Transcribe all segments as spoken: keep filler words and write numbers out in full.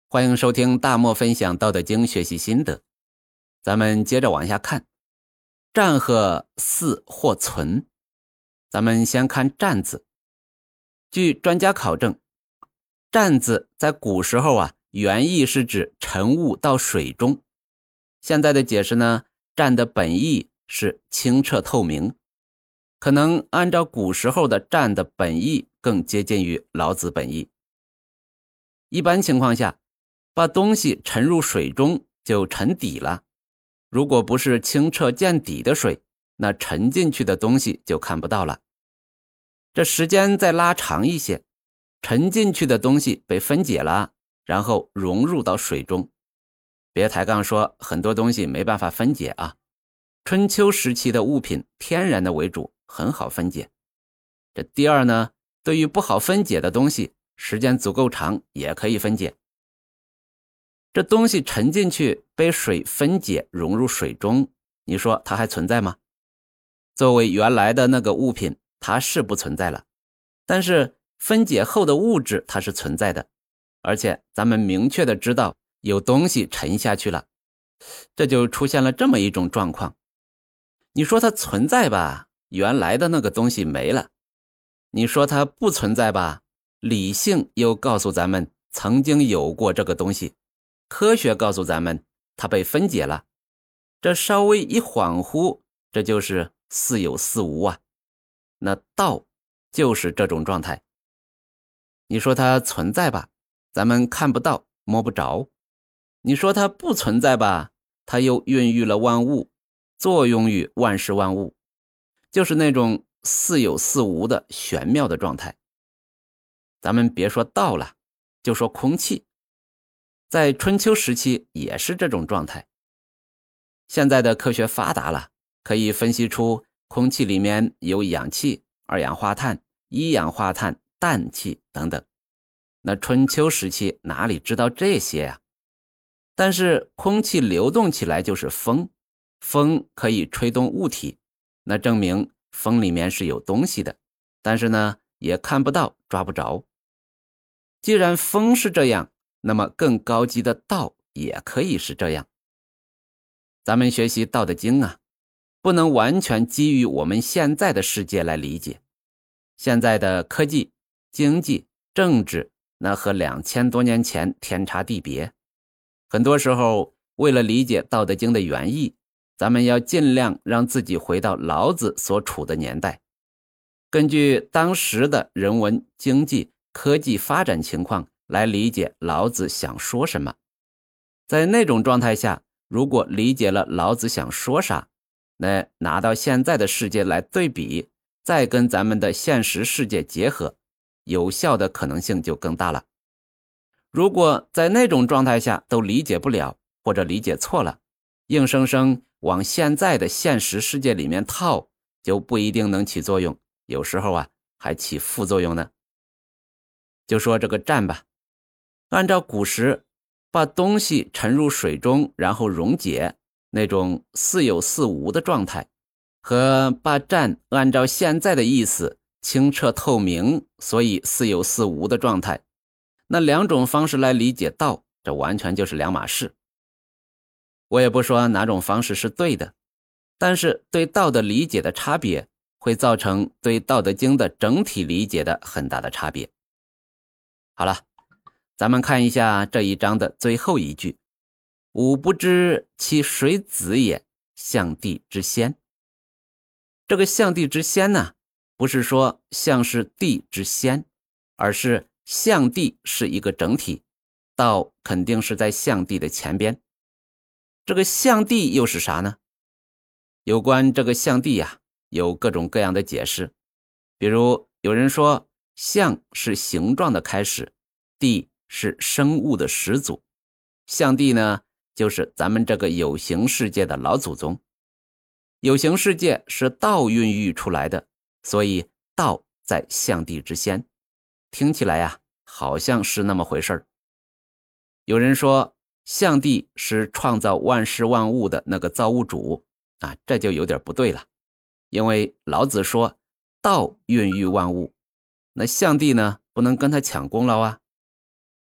欢迎收听大漠分享道德经学习心得。咱们接着往下看，战和似或存。咱们先看战字。据专家考证，战字在古时候啊，原意是指沉物到水中。现在的解释呢，战的本意是清澈透明，可能按照古时候的战的本意更接近于老子本意。一般情况下，把东西沉入水中就沉底了，如果不是清澈见底的水，那沉进去的东西就看不到了。这时间再拉长一些，沉进去的东西被分解了，然后融入到水中。别抬杠说很多东西没办法分解啊，春秋时期的物品天然的为主，很好分解。这第二呢，对于不好分解的东西，时间足够长也可以分解。这东西沉进去被水分解融入水中，你说它还存在吗？作为原来的那个物品，它是不存在了，但是分解后的物质它是存在的，而且咱们明确的知道有东西沉下去了，这就出现了这么一种状况。你说它存在吧，原来的那个东西没了；你说它不存在吧，理性又告诉咱们曾经有过这个东西，科学告诉咱们它被分解了。这稍微一恍惚，这就是似有似无啊。那道就是这种状态。你说它存在吧，咱们看不到摸不着；你说它不存在吧，它又孕育了万物，作用于万事万物，就是那种似有似无的玄妙的状态。咱们别说道了，就说空气，在春秋时期也是这种状态。现在的科学发达了，可以分析出空气里面有氧气、二氧化碳、一氧化碳、氮气等等。那春秋时期哪里知道这些呀？但是空气流动起来就是风，风可以吹动物体，那证明风里面是有东西的，但是呢，也看不到，抓不着。既然风是这样，那么更高级的道也可以是这样。咱们学习道德经啊，不能完全基于我们现在的世界来理解。现在的科技、经济、政治，那和两千多年前天差地别。很多时候，为了理解道德经的原意，咱们要尽量让自己回到老子所处的年代，根据当时的人文、经济、科技发展情况来理解老子想说什么。在那种状态下，如果理解了老子想说啥，那拿到现在的世界来对比，再跟咱们的现实世界结合，有效的可能性就更大了。如果在那种状态下都理解不了，或者理解错了，硬生生往现在的现实世界里面套，就不一定能起作用，有时候啊还起副作用呢。就说这个战吧，按照古时把东西沉入水中然后溶解，那种似有似无的状态，和把战按照现在的意思清澈透明，所以似有似无的状态，那两种方式来理解道，这完全就是两码事。我也不说哪种方式是对的，但是对道的理解的差别会造成对道德经的整体理解的很大的差别。好了，咱们看一下这一章的最后一句，吾不知其谁子也，象帝之先。这个象帝之先呢，不是说象是帝之先，而是象帝是一个整体，道肯定是在象帝的前边。这个象帝又是啥呢？有关这个象帝呀，有各种各样的解释。比如有人说象是形状的开始，帝是生物的始祖，象帝呢就是咱们这个有形世界的老祖宗。有形世界是道孕育出来的，所以道在象帝之先。听起来呀，好像是那么回事儿。有人说象帝是创造万事万物的那个造物主啊，这就有点不对了。因为老子说道孕育万物，那象帝呢不能跟他抢功劳啊。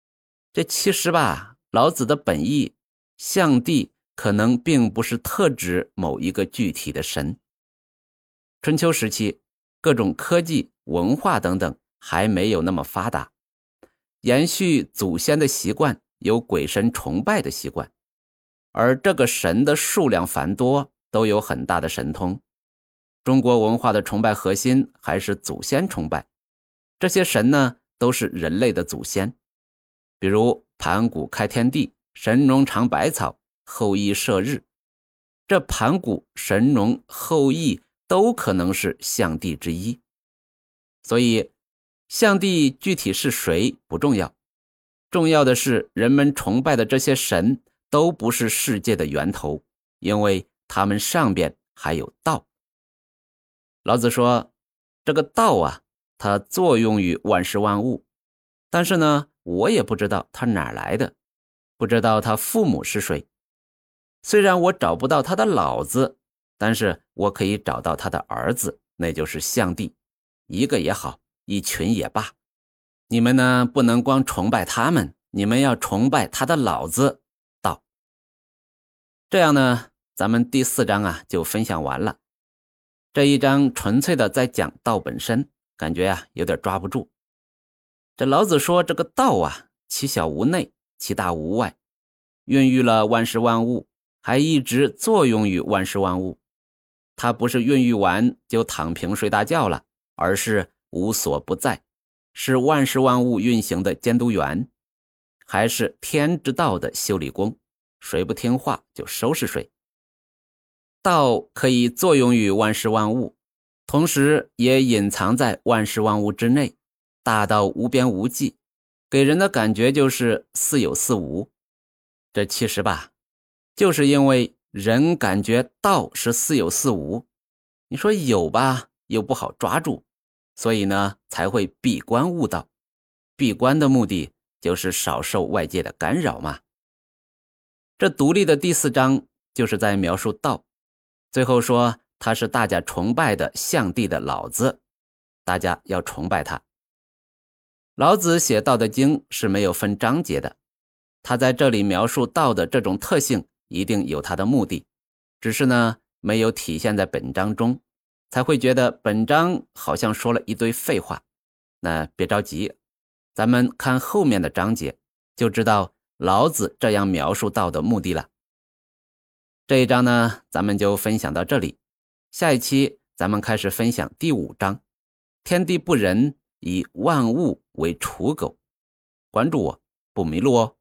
这其实吧，老子的本意，象帝可能并不是特指某一个具体的神。春秋时期，各种科技、文化等等还没有那么发达，延续祖先的习惯，有鬼神崇拜的习惯，而这个神的数量繁多，都有很大的神通。中国文化的崇拜核心还是祖先崇拜，这些神呢，都是人类的祖先。比如盘古开天地，神农尝百草，后羿射日，这盘古、神农、后羿都可能是象帝之一。所以象帝具体是谁不重要，重要的是人们崇拜的这些神都不是世界的源头，因为他们上边还有道。老子说，这个道啊，它作用于万事万物，但是呢，我也不知道它哪来的，不知道他父母是谁。虽然我找不到他的老子，但是我可以找到他的儿子，那就是象帝，一个也好，一群也罢。你们呢，不能光崇拜他们，你们要崇拜他的老子，道。这样呢，咱们第四章啊就分享完了。这一章纯粹的在讲道本身，感觉啊有点抓不住。这老子说这个道啊，其小无内，其大无外，孕育了万事万物，还一直作用于万事万物。它不是孕育完就躺平睡大觉了，而是无所不在，是万事万物运行的监督员，还是天之道的修理工，谁不听话就收拾谁。道可以作用于万事万物，同时也隐藏在万事万物之内，大到无边无际，给人的感觉就是似有似无。这其实吧，就是因为人感觉道是似有似无，你说有吧，又不好抓住，所以呢，才会闭关悟道。闭关的目的就是少受外界的干扰嘛。这独立的第四章就是在描述道，最后说他是大家崇拜的象帝的老子，大家要崇拜他。老子写道德经是没有分章节的，他在这里描述道的这种特性一定有他的目的，只是呢没有体现在本章中，才会觉得本章好像说了一堆废话。那别着急，咱们看后面的章节就知道老子这样描述道的目的了。这一章呢，咱们就分享到这里，下一期咱们开始分享第五章，天地不仁，以万物为刍狗。关注我，不迷路哦。